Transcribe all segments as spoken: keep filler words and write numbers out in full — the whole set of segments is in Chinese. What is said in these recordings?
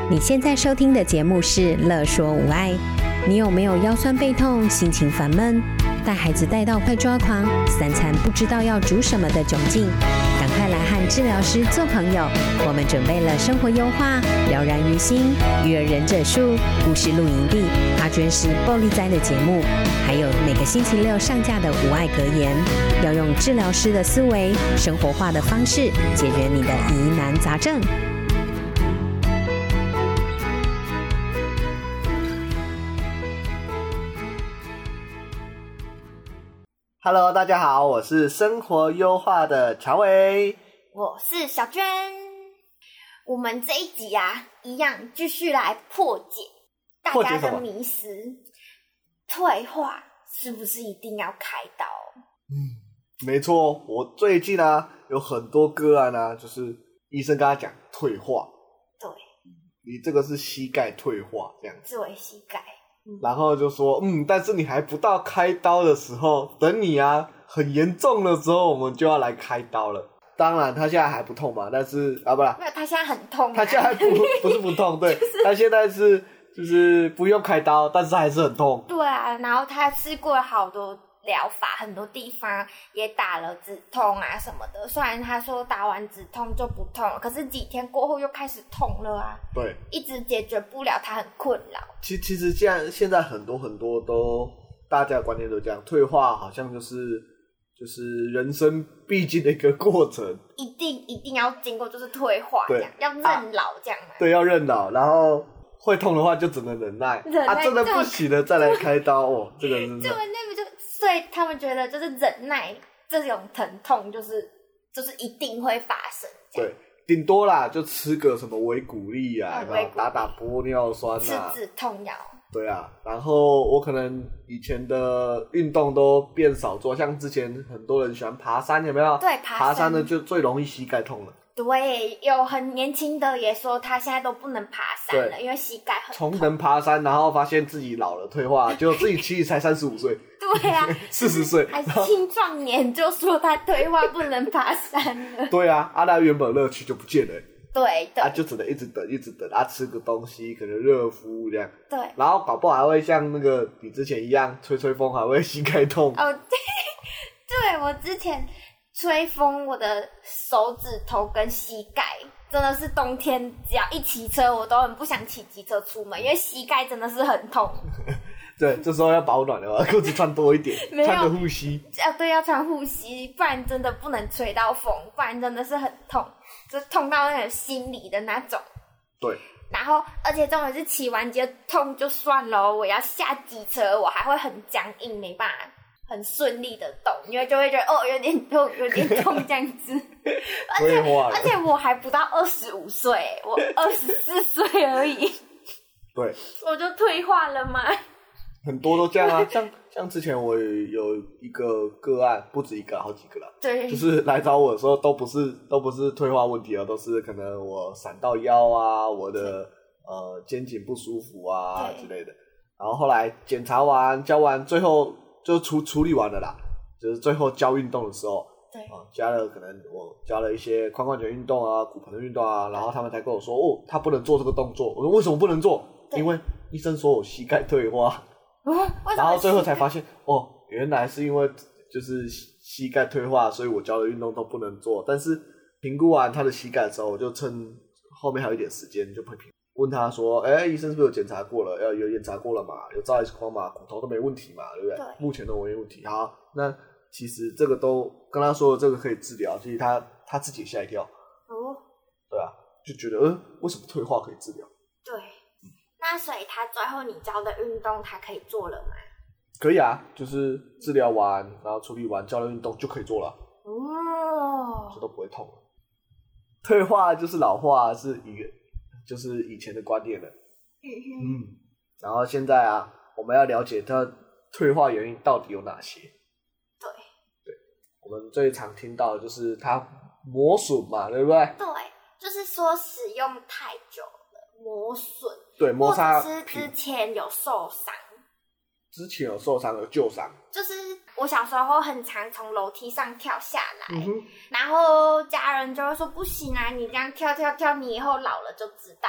你现在收听的节目是乐说无爱。你有没有腰酸背痛、心情烦闷、带孩子带到快抓狂、三餐不知道要煮什么的窘境？赶快来和治疗师做朋友，我们准备了生活优化、了然于心、育儿忍者术、故事露营地、阿娟是暴力哉的节目，还有每个星期六上架的无爱格言，要用治疗师的思维、生活化的方式解决你的疑难杂症。 Hello， 大家好，我是生活优化的乔伟， 我是小娟。我们这一集啊，一样继续来破解大家的迷思。退化是不是一定要开刀？ 嗯，没错，我最近啊有很多个案啊，就是医生跟他讲退化， 对， 你这个是膝盖退化这样子， 对，膝盖。 然后就说，嗯，但是你还不到开刀的时候，等你啊很严重的时候，我们就要来开刀了。当然，他现在还不痛嘛，但是啊，不啦， 没有，他现在很痛、啊。 他现在不不是不痛，对，就是、他现在是就是不用开刀，但是还是很痛。 对啊，然后他吃过好多疗法，很多地方也打了止痛啊什么的。虽然他说打完止痛就不痛了，可是几天过后又开始痛了啊。 对， 一直解决不了，他很困扰。 其其实现在现在很多很多都大家的观念都这样，退化好像就是就是人生必经的一个过程， 一定一定要经过就是退化这样，要认老这样、啊、 对，要认老，然后会痛的话就只能忍耐， 忍耐啊，真的不行了再来开刀哦，这个真的。 就那不就所以他们觉得就是忍耐这种疼痛就是就是一定会发生这样。 对。顶多啦，就吃个什么维骨力啊，有没有打打玻尿酸啊， 吃止痛药。对啊，然后我可能以前的运动都变少做，像之前很多人喜欢爬山，有没有？ 对，爬山。 爬山的就最容易膝盖痛了。 对，有很年轻的也说他现在都不能爬山了，因为膝盖很痛。 从能爬山，然后发现自己老了退化，结果自己其实才三十五岁。 对啊， 四十岁还是青壮年就说他退化不能爬山了。 对啊，啊那原本乐趣就不见了。 对对， 啊就只能一直等一直等啊，吃个东西可能热敷这样。 对， 然后搞不好还会像那个你之前一样吹吹风，还会膝盖痛。 哦，对，对我之前吹风，我的手指头跟膝盖真的是冬天只要一骑车，我都很不想骑机车出门，因为膝盖真的是很痛。 对，这时候要保暖的话，裤子穿多一点，穿个护膝。 啊，对，要穿护膝，不然真的不能吹到风，不然真的是很痛，就痛到那种心里的那种。 对。 然后，而且重点是骑完街痛就算了，我要下机车，我还会很僵硬，没办法很顺利的动，因为就会觉得哦有点痛，有点痛这样子。而且而且我还不到二十五岁，我二十四岁而已。 对。 我就退化了吗？ 很多都这样啊，像像之前我有一个个案，不止一个，好几个啦。 对，就是来找我的时候，都不是都不是退化问题啊，都是可能我闪到腰啊，我的呃肩颈不舒服啊之类的。然后后来检查完、教完，最后就处处理完了啦，就是最后教运动的时候， 对啊、呃，加了可能我教了一些髋关节运动啊、骨盆的运动啊，然后他们才跟我说，哦，他不能做这个动作。我说为什么不能做？因为医生说我膝盖退化。然后最后才发现，哦，原来是因为就是膝盖退化，所以我教的运动都不能做。但是评估完他的膝盖的时候，我就趁后面还有一点时间，就问他说：“哎，医生是不是有检查过了？要有检查过了嘛？有照 X 光嘛？骨头都没问题嘛？对不对？ 对， 目前都没问题。好，那其实这个都跟他说这个可以治疗，其实他他自己吓一跳。哦，对啊，就觉得，呃，为什么退化可以治疗？ 对。”那所以他最后你教的运动他可以做了吗？ 可以啊，就是治疗完然后处理完教的运动就可以做了。哦，这都不会痛了。退化就是老化，是一个就是以前的观念了。嗯嗯。然后现在啊，我们要了解它退化原因到底有哪些。 对。 对，我们最常听到的就是它磨损嘛，对不对？ 对，就是说使用太久了磨损。 对，摩擦或者是之前有受伤， 之前有受伤有旧伤， 就是我小时候很常从楼梯上跳下来、嗯、然后家人就会说不行啊，你这样跳跳跳你以后老了就知道，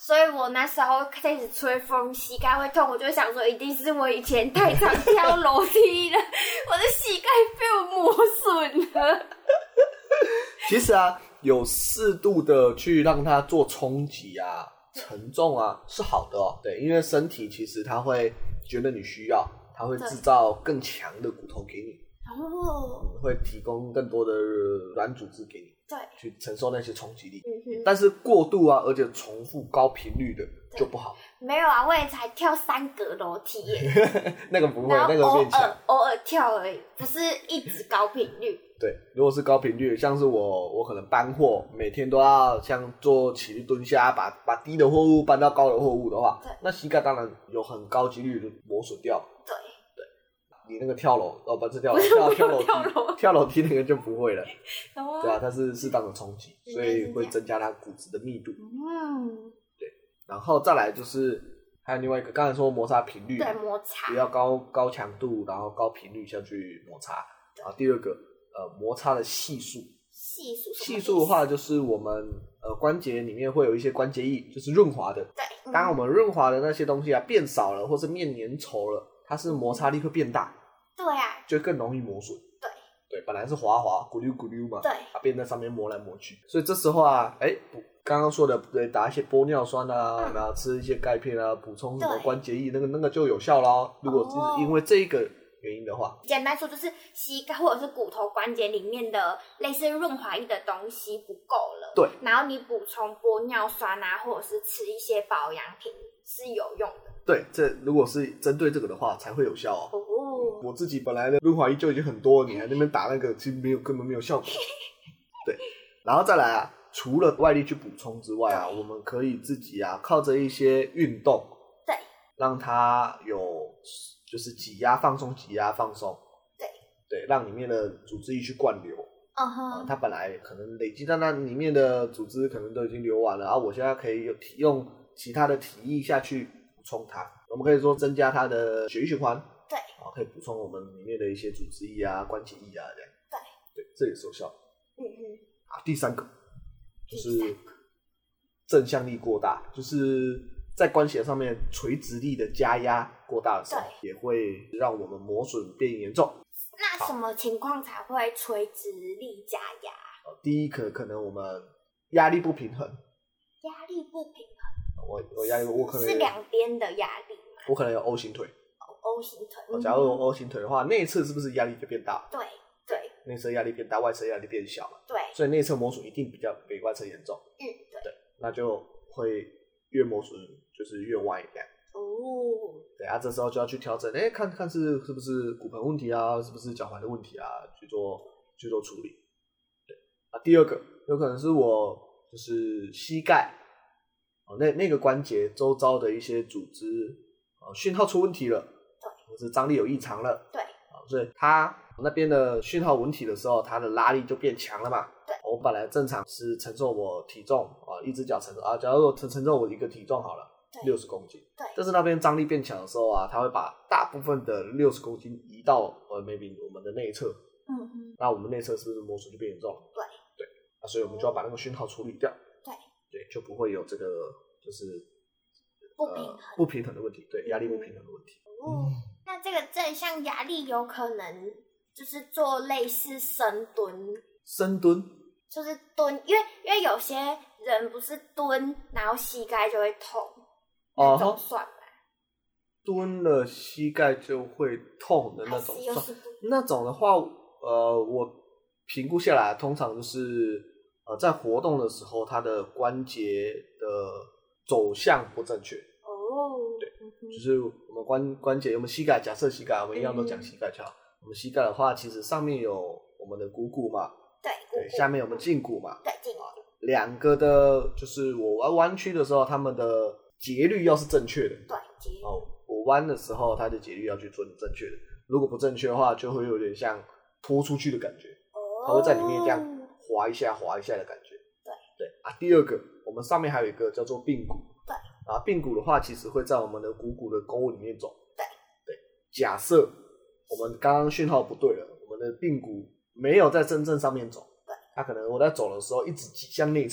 所以我那时候开始吹风，膝盖会痛，我就想说，一定是我以前太常跳楼梯了，我的膝盖被我磨损了。 其实啊，有适度的去让它做冲击啊、承重啊，是好的哦。对，因为身体其实它会觉得你需要，它会制造更强的骨头给你， 哦、 嗯，会提供更多的软组织给你。 对， 去承受那些冲击力， 嗯、 但是过度啊，而且重复高频率的就不好。 没有啊，我也才跳三格楼梯耶， 那个不会，那个偶变强， 偶尔跳而已，不是一直高频率。 对，如果是高频率，像是我，我可能搬货，每天都要像做起立蹲下，把把低的货物搬到高的货物的话，那膝盖当然有很高几率的磨损掉。 对。 你那个跳楼哦，不是跳楼，跳跳楼梯，跳楼梯那个就不会了， 哦、 对啊，它是适当的冲击，所以会增加它骨质的密度。 嗯， 对，然后再来就是还有另外一个，刚才说摩擦频率， 对，摩擦不要高高强度，然后高频率下去摩擦。然后第二个，呃，摩擦的系数， 系数系数的话就是我们呃关节里面会有一些关节液，就是润滑的。 对，嗯、 当我们润滑的那些东西啊变少了，或是面粘稠了，它是摩擦力会变大。 对啊， 就更容易磨损。 对对，本来是滑滑咕溜咕溜嘛， 对， 它变在上面磨来磨去，所以这时候啊，哎，刚刚说的对，打一些玻尿酸啊，嗯、然后吃一些钙片啊，补充什么关节液，那个那个就有效咯。如果是因为这个原因的话， 简单说就是膝盖或者是骨头关节里面的类似润滑液的东西不够了， 对， 然后你补充玻尿酸啊，或者是吃一些保养品是有用的。 对，这如果是针对这个的话才会有效哦。 哦， 我自己本来的润滑液就已经很多，你还那边打那个，其实没有根本没有效果。对，然后再来啊，除了外力去补充之外啊，我们可以自己啊靠着一些运动， 对， 让它有就是挤压放松，挤压放松， 对对，让里面的组织液去灌流。 嗯哼、 啊，它本来可能累积在那里面的组织可能都已经流完了，啊，我现在可以有用其他的体液下去补充它，我们可以说增加它的血液循环， 对， 啊，可以补充我们里面的一些组织液啊、关节液啊这样， 对， 对，这也是有效的。 嗯嗯。 啊，第三个就是正向力过大，就是在关节上面垂直力的加压过大的时候，也会让我们磨损变严重。 那什么情况才会垂直力加压？ 第一个可能我们压力不平衡， 压力不平衡， 我我压力我可能是两边的压力吗？ 我可能有 O 型腿 ，O 型腿。 嗯、假如有 O 型腿的话，内侧是不是压力就变大？ 对对， 内侧压力变大，外侧压力变小了。 对， 所以内侧磨损一定比较比外侧严重。 嗯，对， 对，那就会越磨损就是越歪这样。 哦， 对啊，这时候就要去调整，哎，看看是是不是骨盆问题啊，是不是脚踝的问题啊，去做去做处理。对啊，第二个有可能是我就是膝盖哦，那那个关节周遭的一些组织哦讯号出问题了， 对， 或是张力有异常了， 对， 啊，所以它那边的讯号问题的时候，它的拉力就变强了嘛。 对， 我本来正常是承受我体重啊，一只脚承受啊，假如我承承受我一个体重好了。六十公斤， 对， 但是那边张力变强的时候啊，它会把大部分的六十公斤移到呃 maybe 我们的内侧， 嗯嗯， 那我们内侧是不是磨损就变严重了？ 对对，啊，所以我们就要把那个讯号处理掉， 对对，就不会有这个就是不平衡、 呃、不平衡的问题，对，压力不平衡的问题。 哦、嗯，那这个正向压力有可能就是做类似深蹲， 深蹲就是蹲，因为因为有些人不是蹲，然后膝盖就会痛。那种算吗？ 蹲了膝盖就会痛的那种算，那种的话，呃，我评估下来，通常就是呃，在活动的时候，它的关节的走向不正确。 哦， 对，嗯、就是我们关关节，我们膝盖，假设膝盖，我们一样都讲膝盖就好。嗯、我们膝盖的话，其实上面有我们的股骨嘛， 对， 对，下面有我们胫骨嘛， 对，胫骨。 两个的，就是我弯弯曲的时候，他们的节律要是正确的， 对，节律哦，我弯的时候，它的节律要去做正确的。如果不正确的话，就会有点像拖出去的感觉，哦、它会在里面这样滑一下、滑一下的感觉。 对对啊，第二个，我们上面还有一个叫做髌骨。 对啊，髌骨的话，其实会在我们的股骨的沟里面走。 对对，假设我们刚刚讯号不对了，我们的髌骨没有在真正上面走， 对， 它可能我在走的时候一直挤向内侧。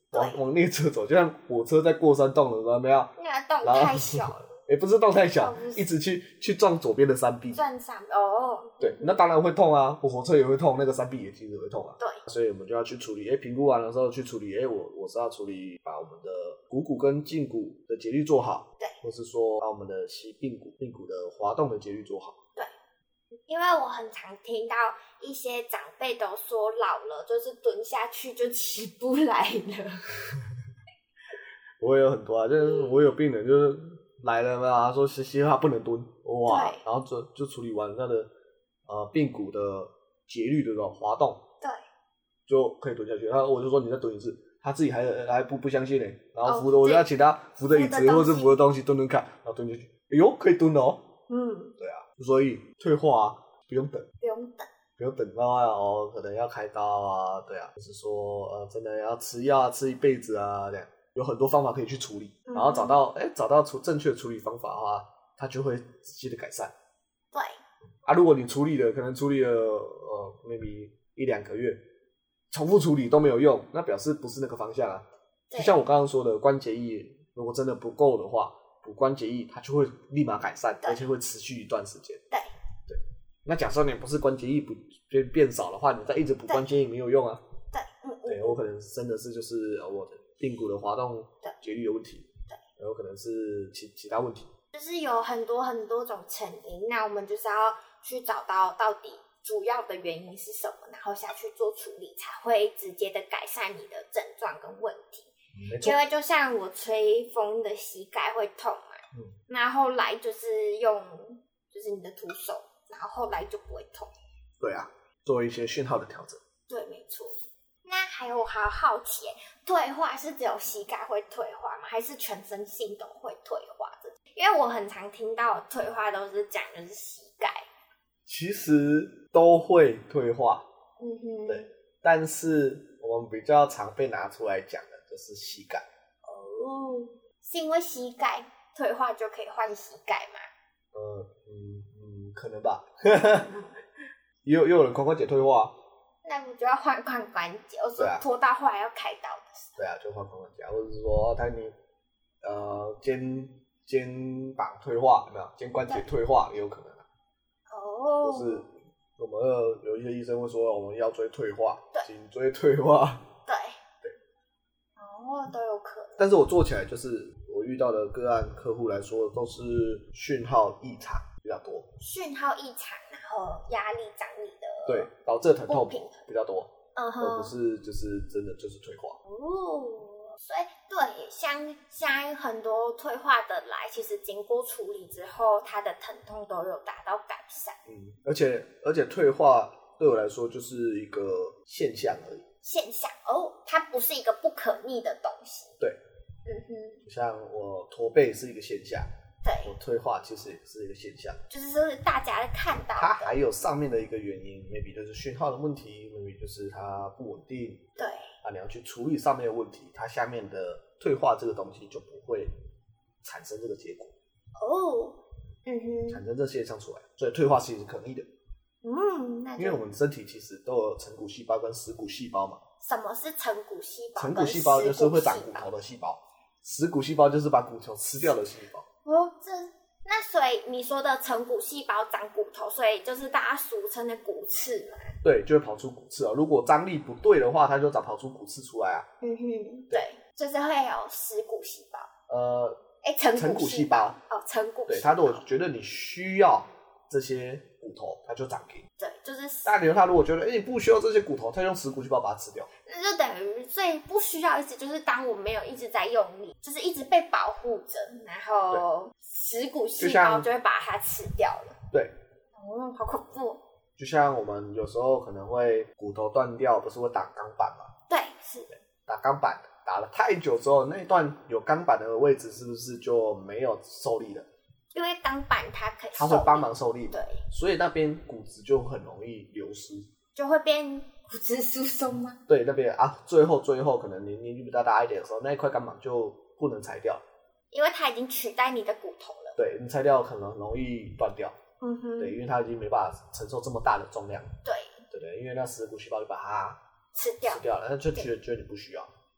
往往内侧走，就像火车在过山洞了，知道没有？ 那个洞太小了。 也不是洞太小， 哦、 一直去去撞左边的山壁， 撞山哦。 对，那当然会痛啊，火车也会痛，那个山壁也其实会痛啊。 对， 所以我们就要去处理。哎，评估完的时候去处理。哎，我我是要处理把我们的股骨跟胫骨的节律做好， 对， 或是说把我们的膝髌骨、髌骨的滑动的节律做好。 对，因为我很常听到一些长辈都说老了就是蹲下去就起不来了。 我也有很多啊，就是我有病人就是。来了嘛？他说膝他不能蹲，哇，然后就就处理完他的呃髌骨的节律的这种滑动， 对， 就可以蹲下去。他我就说你再蹲一次，他自己还还不不相信呢，然后扶着、哦、我就要请他扶着椅子或是扶着东西蹲蹲看，然后蹲进去，哎呦可以蹲了哦。嗯，对啊，所以退化、啊、不用等， 不用等， 不用等到哦，可能要开刀啊，对啊，就是说呃真的要吃药吃一辈子啊这样。有很多方法可以去处理，然后找到哎、嗯、找到处正确的处理方法的话，它就会直接的改善。 对。 啊，如果你处理了，可能处理了呃 maybe 一两个月，重复处理都没有用，那表示不是那个方向啊。就像我刚刚说的，关节液如果真的不够的话，补关节液它就会立马改善，而且会持续一段时间。 对。 对。那假设你不是关节液不变变少的话，你再一直补关节液没有用啊。 对。嗯嗯。 对，我可能真的是就是我的。髌骨的滑动节律有问题，对，有可能是其其他问题， 就是有很多很多种成因，那我们就是要去找到到底主要的原因是什么，然后下去做处理，才会直接的改善你的症状跟问题。 嗯、没错， 因为就像我吹风的膝盖会痛嘛，嗯，那后来就是用就是你的徒手，然后后来就不会痛。 对啊，做一些讯号的调整。 对，没错。那还有我还好奇，退化是只有膝盖会退化吗？还是全身性都会退化？因为我很常听到退化都是讲的是膝盖， 其实都会退化， 嗯哼， 对。但是我们比较常被拿出来讲的就是膝盖。 哦，是因为膝盖退化就可以换膝盖吗？ 呃嗯嗯，可能吧。也有也有人髋关节退化。 那不就要换髋关节？我说拖到后来要开刀的时候。 对啊，就换髋关节，或者是说他你呃肩肩膀退化有没有？肩关节退化也有可能啊。 哦。 或是我们有一些医生会说我们腰椎退化、颈椎退化。 对。对。哦，都有可能。 但是我做起来就是我遇到的个案客户来说，都是讯号异常比较多。 讯号异常，然后压力张力的。 对，导致疼痛比较多， 嗯哼， 而不是就是真的就是退化。 哦，所以对，像像很多退化的来，其实经过处理之后，它的疼痛都有达到改善。 嗯，而且而且退化对我来说就是一个现象而已。 现象哦，它不是一个不可逆的东西。 对， 嗯哼， 就像我驼背是一个现象。 对， 我退化其实也是一个现象， 就是说大家看到的它还有上面的一个原因 ，maybe 就是讯号的问题 ，maybe 就是它不稳定。 对， 啊，你要去处理上面的问题，它下面的退化这个东西就不会产生这个结果。 哦，嗯哼， 产生这现象出来，所以退化其实是可逆的。 嗯，那因为我们身体其实都有成骨细胞跟蚀骨细胞嘛。 什么是成骨细胞？ 成骨细胞就是会长骨头的细胞，蚀骨细胞就是把骨头吃掉的细胞。 哦，这那所以你说的成骨细胞长骨头，所以就是大家俗称的骨刺嘛？ 对，就会跑出骨刺啊。如果张力不对的话，它就长跑出骨刺出来啊。 嗯哼，对，就是会有蚀骨细胞。 呃， 哎，成骨细胞哦，成骨细胞。 对，它如果觉得你需要这些骨头，它就长给你。 对，就是。 那你它如果觉得哎、欸、你不需要这些骨头，它用蚀骨细胞把它吃掉。 那就等于所以不需要，意思就是当我没有一直在用力，就是一直被保护着，然后蚀骨细胞就会把它吃掉了。 对。 哦，好恐怖。 就像我们有时候可能会骨头断掉，不是会打钢板吗？ 对，是。 打钢板打了太久之后，那一段有钢板的位置是不是就没有受力了？ 因为钢板它可以它会帮忙受力， 对， 所以那边骨质就很容易流失， 就会变骨质疏松吗？ 对，那边啊，最后最后可能你年纪比较大一点的时候，那一块钢板就不能裁掉， 因为它已经取代你的骨头了。 对，你裁掉可能容易断掉。 嗯哼， 对，因为它已经没办法承受这么大的重量。 对， 对对，因为那蚀骨细胞就把它吃掉， 吃掉了，那就觉得觉得你不需要。 对，嗯哼，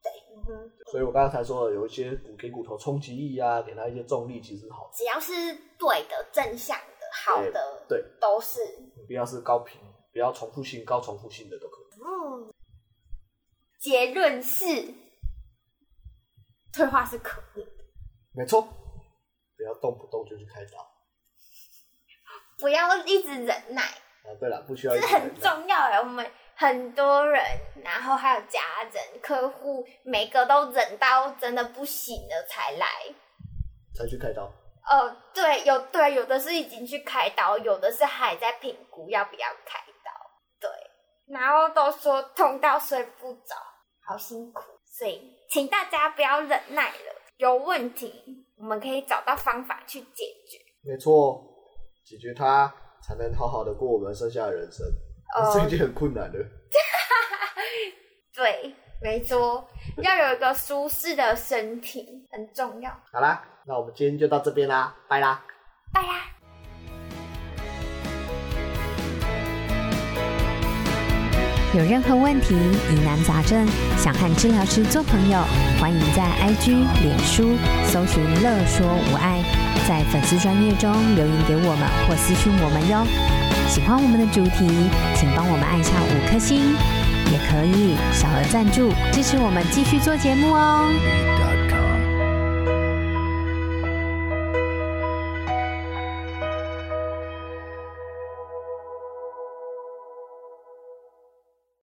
嗯， 所以我刚才才说有一些骨给骨头冲击力啊，给它一些重力，其实好。 只要是对的、正向的、好的， 对， 都是。 不要是高频，不要重复性、高重复性的都可以。 嗯，结论是，退化是可逆的。 没错，不要动不动就去开刀， 不要一直忍耐。 啊，对了，不需要一直这很重要哎，我们很多人，然后还有家人、客户，每个都忍到真的不行了才来， 才去开刀。 哦，对，有对，有的是已经去开刀，有的是还在评估要不要开刀，对，然后都说痛到睡不着，好辛苦，所以请大家不要忍耐了，有问题我们可以找到方法去解决。 没错，解决它才能好好的过我们剩下的人生。 哦， 这已经很困难了。 对，没错，要有一个舒适的身体很重要。 好啦，那我们今天就到这边啦，拜啦， 拜啦。 有任何问题、疑难杂症，想和治疗师做朋友，欢迎在 I G、脸书搜寻“乐说无碍”，在粉丝专页中留言给我们或私讯我们哟。喜欢我们的主题，请帮我们按下五颗星，也可以小额赞助支持我们继续做节目哦。